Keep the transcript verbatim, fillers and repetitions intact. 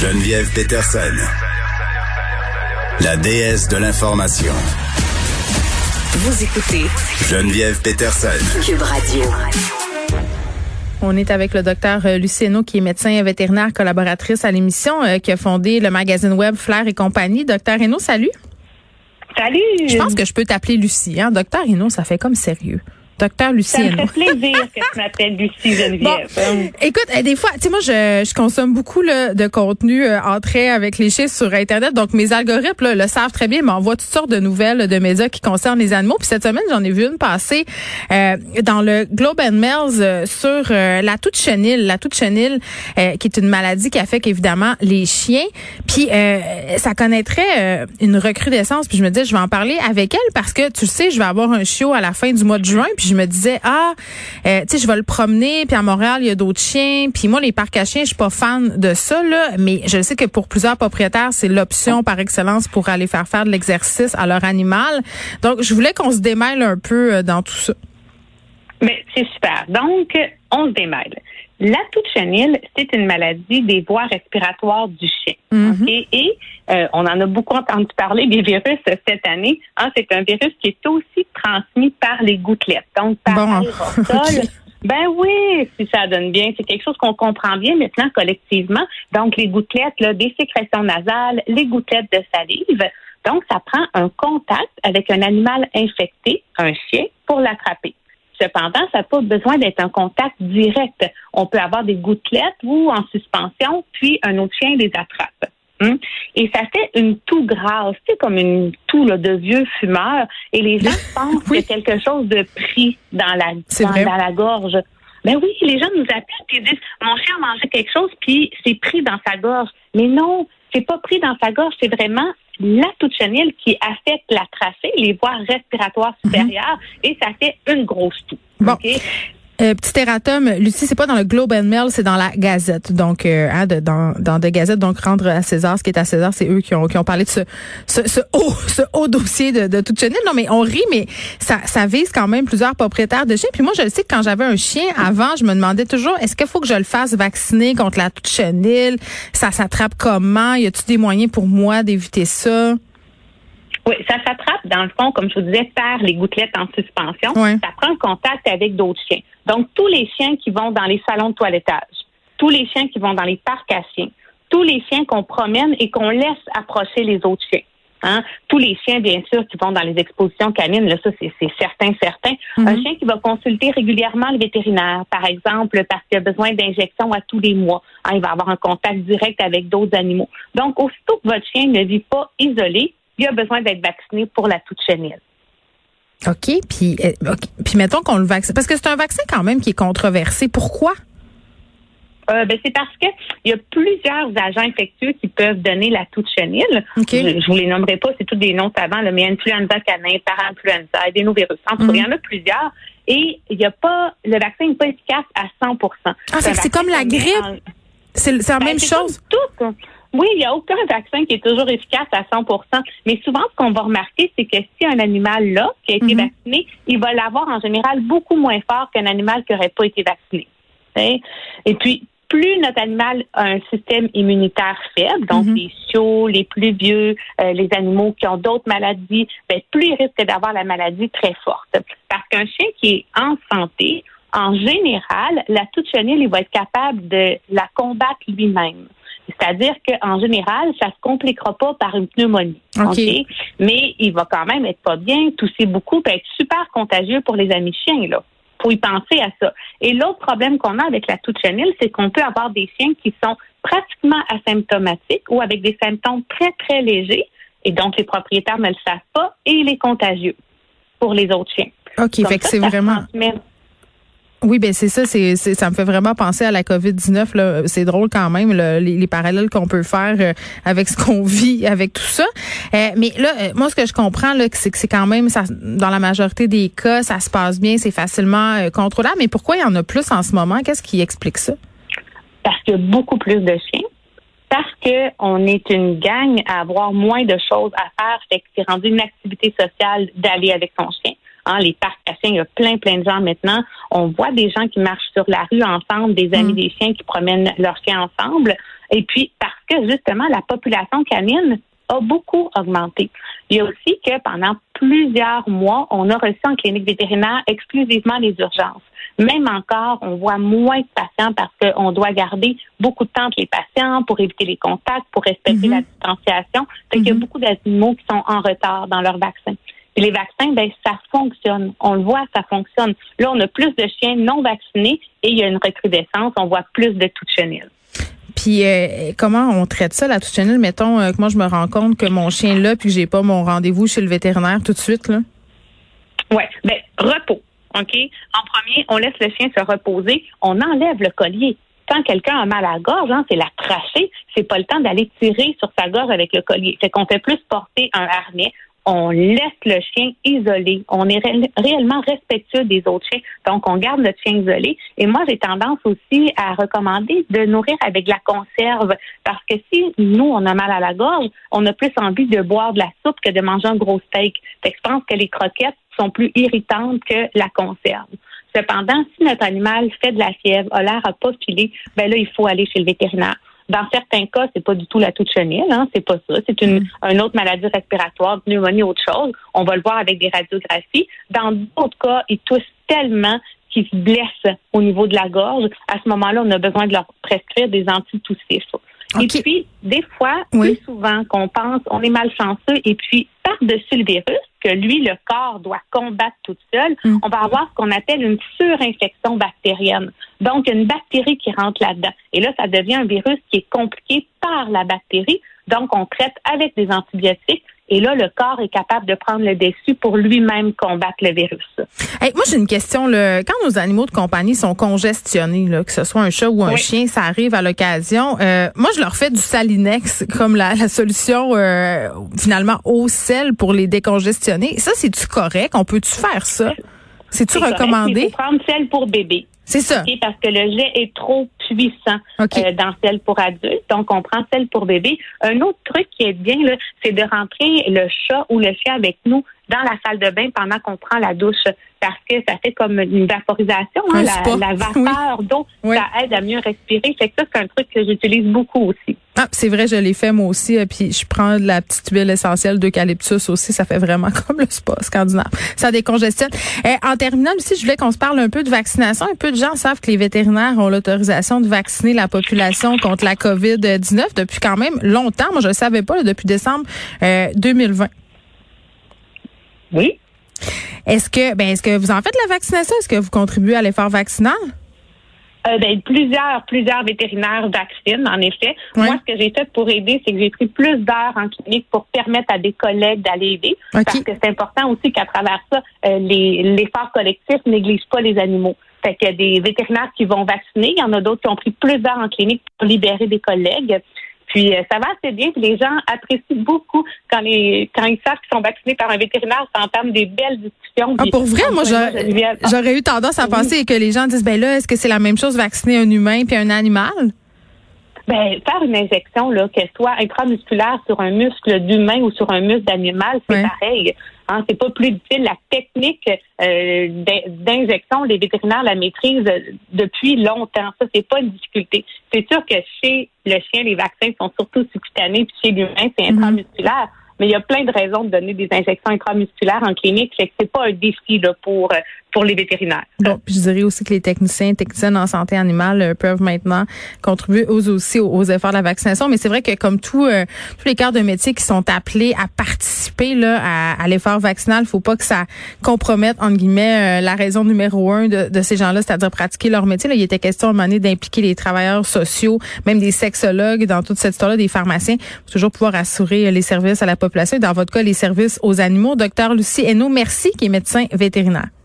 Geneviève Peterson, la déesse de l'information. Vous écoutez Geneviève Peterson, Cube Radio. On est avec le docteur Lucie Hainaut, qui est médecin vétérinaire, collaboratrice à l'émission, euh, qui a fondé le magazine web Flair et compagnie. Docteur Hainaut, salut. Salut. Je pense que je peux t'appeler Lucie. Hein? Docteur Hainaut, ça fait comme sérieux. Docteur Lucie Ça me Hainaut. fait plaisir que tu m'appelles Lucie Geneviève. Bon, écoute, des fois, tu sais, moi, je, je consomme beaucoup là, de contenu euh, en trait avec les chiens sur Internet. Donc, mes algorithmes là, le savent très bien, m'envoient toutes sortes de nouvelles de médias qui concernent les animaux. Puis cette semaine, j'en ai vu une passer euh, dans le Globe and Mail euh, sur euh, la toux de chenille. La toux de chenille, euh, qui est une maladie qui affecte évidemment les chiens. Puis, euh, ça connaîtrait euh, une recrudescence. Puis je me disais, je vais en parler avec elle parce que, tu le sais, je vais avoir un chiot à la fin du mois de juin. Puis je me disais, ah, euh, tu sais, je vais le promener, puis à Montréal, il y a d'autres chiens. Puis moi, les parcs à chiens, je suis pas fan de ça, là, mais je sais que pour plusieurs propriétaires, c'est l'option par excellence pour aller faire faire de l'exercice à leur animal. Donc, je voulais qu'on se démêle un peu dans tout ça. Mais c'est super. Donc, on se démêle. La toux de chenille, c'est une maladie des voies respiratoires du chien. Mm-hmm. Okay? Et euh, on en a beaucoup entendu parler des virus cette année. Hein, c'est un virus qui est aussi transmis par les gouttelettes. Donc, par bon, l'aérosol. Okay. Ben oui, si ça donne bien. C'est quelque chose qu'on comprend bien maintenant collectivement. Donc, les gouttelettes, là, des sécrétions nasales, les gouttelettes de salive. Donc, ça prend un contact avec un animal infecté, un chien, pour l'attraper. Cependant, ça n'a pas besoin d'être un contact direct. On peut avoir des gouttelettes ou en suspension, puis un autre chien les attrape. Hum? Et ça fait une toux grasse, c'est comme une toux là, de vieux fumeurs. Et les gens pensent oui. qu'il y a quelque chose de pris dans la, dans, dans la gorge. Ben oui, les gens nous appellent et disent « Mon chien a mangé quelque chose, puis c'est pris dans sa gorge. » Mais non, c'est pas pris dans sa gorge, c'est vraiment la toux de chenille qui affecte la trachée, les voies respiratoires supérieures, mm-hmm. et ça fait une grosse toux. Bon. Okay? Euh, petit erratum, Lucie, c'est pas dans le Globe and Mail, c'est dans la Gazette. Donc, euh, hein, de, dans, dans de Gazette, donc rendre à César ce qui est à César, c'est eux qui ont, qui ont parlé de ce, ce, ce haut, ce haut dossier de, de toux de chenille. Non, mais on rit, mais ça, ça vise quand même plusieurs propriétaires de chiens. Puis moi, je le sais que quand j'avais un chien avant, je me demandais toujours, est-ce qu'il faut que je le fasse vacciner contre la toux de chenille? Ça s'attrape comment? Y a-t-il des moyens pour moi d'éviter ça? Oui, ça s'attrape, dans le fond, comme je vous disais, par les gouttelettes en suspension. Ouais. Ça prend contact avec d'autres chiens. Donc, tous les chiens qui vont dans les salons de toilettage, tous les chiens qui vont dans les parcs à chiens, tous les chiens qu'on promène et qu'on laisse approcher les autres chiens. Hein? Tous les chiens, bien sûr, qui vont dans les expositions canines, là, ça, c'est, c'est certain, certain. Mm-hmm. Un chien qui va consulter régulièrement le vétérinaire, par exemple, parce qu'il a besoin d'injections à tous les mois. Hein, il va avoir un contact direct avec d'autres animaux. Donc, aussitôt que votre chien ne vit pas isolé, il a besoin d'être vacciné pour la toux de chenille. OK. Puis, euh, okay. Puis mettons qu'on le vaccine. Parce que c'est un vaccin quand même qui est controversé. Pourquoi? Euh, ben, c'est parce que il y a plusieurs agents infectieux qui peuvent donner la toux de chenille. Okay. Je, je vous les nommerai pas, c'est tous des noms savants, là, mais influenza canin, parainfluenza, adénovirus. En tout cas, il y en a plusieurs. Et il y a pas, le vaccin n'est pas efficace à cent pour cent. Ah, c'est, c'est comme la grippe. En, c'est, c'est la ben, même c'est chose. Tout. Oui, il n'y a aucun vaccin qui est toujours efficace à cent pour cent. Mais souvent, ce qu'on va remarquer, c'est que si un animal là, qui a été mm-hmm. vacciné, il va l'avoir en général beaucoup moins fort qu'un animal qui n'aurait pas été vacciné. T'sais? Et puis, plus notre animal a un système immunitaire faible, donc mm-hmm. les chiots, les plus vieux, euh, les animaux qui ont d'autres maladies, ben, plus il risque d'avoir la maladie très forte. Parce qu'un chien qui est en santé, en général, la toux de chenille, il va être capable de la combattre lui-même. C'est-à-dire qu'en général, ça se compliquera pas par une pneumonie. OK. Okay? Mais il va quand même être pas bien, tousser beaucoup, puis être super contagieux pour les amis chiens, là. Faut y penser à ça. Et l'autre problème qu'on a avec la toux de chenille, c'est qu'on peut avoir des chiens qui sont pratiquement asymptomatiques ou avec des symptômes très, très légers. Et donc, les propriétaires ne le savent pas et il est contagieux pour les autres chiens. OK, Comme fait que ça, c'est ça vraiment... Transmet... Oui, ben c'est ça, c'est, c'est ça me fait vraiment penser à la covid dix-neuf là, c'est drôle quand même là, les, les parallèles qu'on peut faire euh, avec ce qu'on vit avec tout ça. Euh, mais là euh, moi ce que je comprends là c'est que c'est quand même ça dans la majorité des cas, ça se passe bien, c'est facilement euh, contrôlable, mais pourquoi il y en a plus en ce moment? Qu'est-ce qui explique ça? Parce qu'il y a beaucoup plus de chiens. Parce que on est une gang à avoir moins de choses à faire, fait que c'est rendu une activité sociale d'aller avec son chien. Hein, les parcs à chiens, il y a plein, plein de gens maintenant. On voit des gens qui marchent sur la rue ensemble, des amis mmh. des chiens qui promènent leurs chiens ensemble. Et puis, parce que justement la population canine a beaucoup augmenté. Il y a aussi que pendant plusieurs mois, on a reçu en clinique vétérinaire exclusivement les urgences. Même encore, on voit moins de patients parce qu'on doit garder beaucoup de temps entre les patients pour éviter les contacts, pour respecter mm-hmm. la distanciation. Fait mm-hmm. qu'il y a beaucoup d'animaux qui sont en retard dans leur vaccin. Puis les vaccins, ben ça fonctionne. On le voit, ça fonctionne. Là, on a plus de chiens non vaccinés et il y a une recrudescence. On voit plus de toux de chenilles. Puis euh, comment on traite ça, la toux de chenille? Mettons euh, que moi, je me rends compte que mon chien est là puis que j'ai pas mon rendez-vous chez le vétérinaire tout de suite, là. Oui, bien, repos. OK? En premier, on laisse le chien se reposer. On enlève le collier. Quand quelqu'un a mal à la gorge, hein, c'est la trachée. C'est pas le temps d'aller tirer sur sa gorge avec le collier. Fait qu'on fait plus porter un harnais. On laisse le chien isolé. On est ré- réellement respectueux des autres chiens. Donc, on garde notre chien isolé. Et moi, j'ai tendance aussi à recommander de nourrir avec de la conserve. Parce que si nous, on a mal à la gorge, on a plus envie de boire de la soupe que de manger un gros steak. Fait que je pense que les croquettes sont plus irritantes que la conserve. Cependant, si notre animal fait de la fièvre, a l'air à pas filer, ben là, il faut aller chez le vétérinaire. Dans certains cas, c'est pas du tout la toux de chenille, hein, c'est pas ça. C'est une, une autre maladie respiratoire, pneumonie, autre chose. On va le voir avec des radiographies. Dans d'autres cas, ils toussent tellement qu'ils se blessent au niveau de la gorge. À ce moment-là, on a besoin de leur prescrire des antitoussifs. Okay. Et puis, des fois, oui. plus souvent qu'on pense, on est malchanceux, et puis, par-dessus le virus, que lui, le corps doit combattre tout seul, mm. on va avoir ce qu'on appelle une surinfection bactérienne. Donc, une bactérie qui rentre là-dedans. Et là, ça devient un virus qui est compliqué par la bactérie. Donc, on traite avec des antibiotiques. Et là, le corps est capable de prendre le dessus pour lui-même combattre le virus. Hey, moi, j'ai une question. Là. Quand nos animaux de compagnie sont congestionnés, là, que ce soit un chat ou un oui. chien, ça arrive à l'occasion. Euh, moi, je leur fais du Salinex comme la, la solution, euh, finalement, au sel pour les décongestionner. Ça, c'est-tu correct? On peut-tu faire ça? C'est-tu c'est recommandé? Il faut prendre sel pour bébé. C'est ça. Okay, parce que le lait est trop puissant okay. euh, dans celle pour adulte. Donc, on prend celle pour bébé. Un autre truc qui est bien, là, c'est de rentrer le chat ou le chien avec nous dans la salle de bain pendant qu'on prend la douche. Parce que ça fait comme une vaporisation, hein, la, la vapeur oui. d'eau, oui. ça aide à mieux respirer. Fait que ça, c'est un truc que j'utilise beaucoup aussi. Ah, c'est vrai, je l'ai fait moi aussi. Puis je prends de la petite huile essentielle d'eucalyptus aussi. Ça fait vraiment comme le spa scandinave. Ça décongestionne. Euh, en terminant aussi, je voulais qu'on se parle un peu de vaccination. Un peu de gens savent que les vétérinaires ont l'autorisation de vacciner la population contre la covid dix-neuf depuis quand même longtemps. Moi, je ne savais pas, là, depuis décembre euh, deux mille vingt. Oui. Est-ce que, ben, est-ce que vous en faites la vaccination? Est-ce que vous contribuez à l'effort vaccinal? Euh, ben, plusieurs, plusieurs vétérinaires vaccinent, en effet. Oui. Moi, ce que j'ai fait pour aider, c'est que j'ai pris plus d'heures en clinique pour permettre à des collègues d'aller aider. Okay. Parce que c'est important aussi qu'à travers ça, euh, les, l'effort collectif ne néglige pas les animaux. Fait qu'il y a des vétérinaires qui vont vacciner. Il y en a d'autres qui ont pris plus d'heures en clinique pour libérer des collègues. Puis euh, ça va assez bien. Puis les gens apprécient beaucoup quand les quand ils savent qu'ils sont vaccinés par un vétérinaire. Ça entame des belles discussions. Ah, pour vrai, moi j'aurais, j'aurais eu tendance à penser oui. que les gens disent ben là, est-ce que c'est la même chose vacciner un humain puis un animal? Ben faire une injection là, qu'elle soit intramusculaire sur un muscle d'humain ou sur un muscle d'animal, c'est ouais. pareil. Hein, c'est pas plus difficile. La technique euh, d'injection, les vétérinaires la maîtrisent depuis longtemps. Ça, c'est pas une difficulté. C'est sûr que chez le chien, les vaccins sont surtout subcutanés, puis chez l'humain, c'est intramusculaire. Mm-hmm. Mais il y a plein de raisons de donner des injections intramusculaires en clinique. Fait que c'est pas un défi là, pour pour les vétérinaires. Bon, puis je dirais aussi que les techniciens et techniciennes en santé animale euh, peuvent maintenant contribuer eux aussi aux, aux efforts de la vaccination. Mais c'est vrai que comme tout, euh, tous les corps de métier qui sont appelés à participer là à, à l'effort vaccinal, faut pas que ça compromette entre guillemets euh, la raison numéro un de, de ces gens-là, c'est-à-dire pratiquer leur métier. Là, il était question à un moment donné d'impliquer les travailleurs sociaux, même des sexologues dans toute cette histoire-là, des pharmaciens, pour toujours pouvoir assurer les services à la population et dans votre cas les services aux animaux. Docteur Lucie Hainaut, merci, qui est médecin vétérinaire.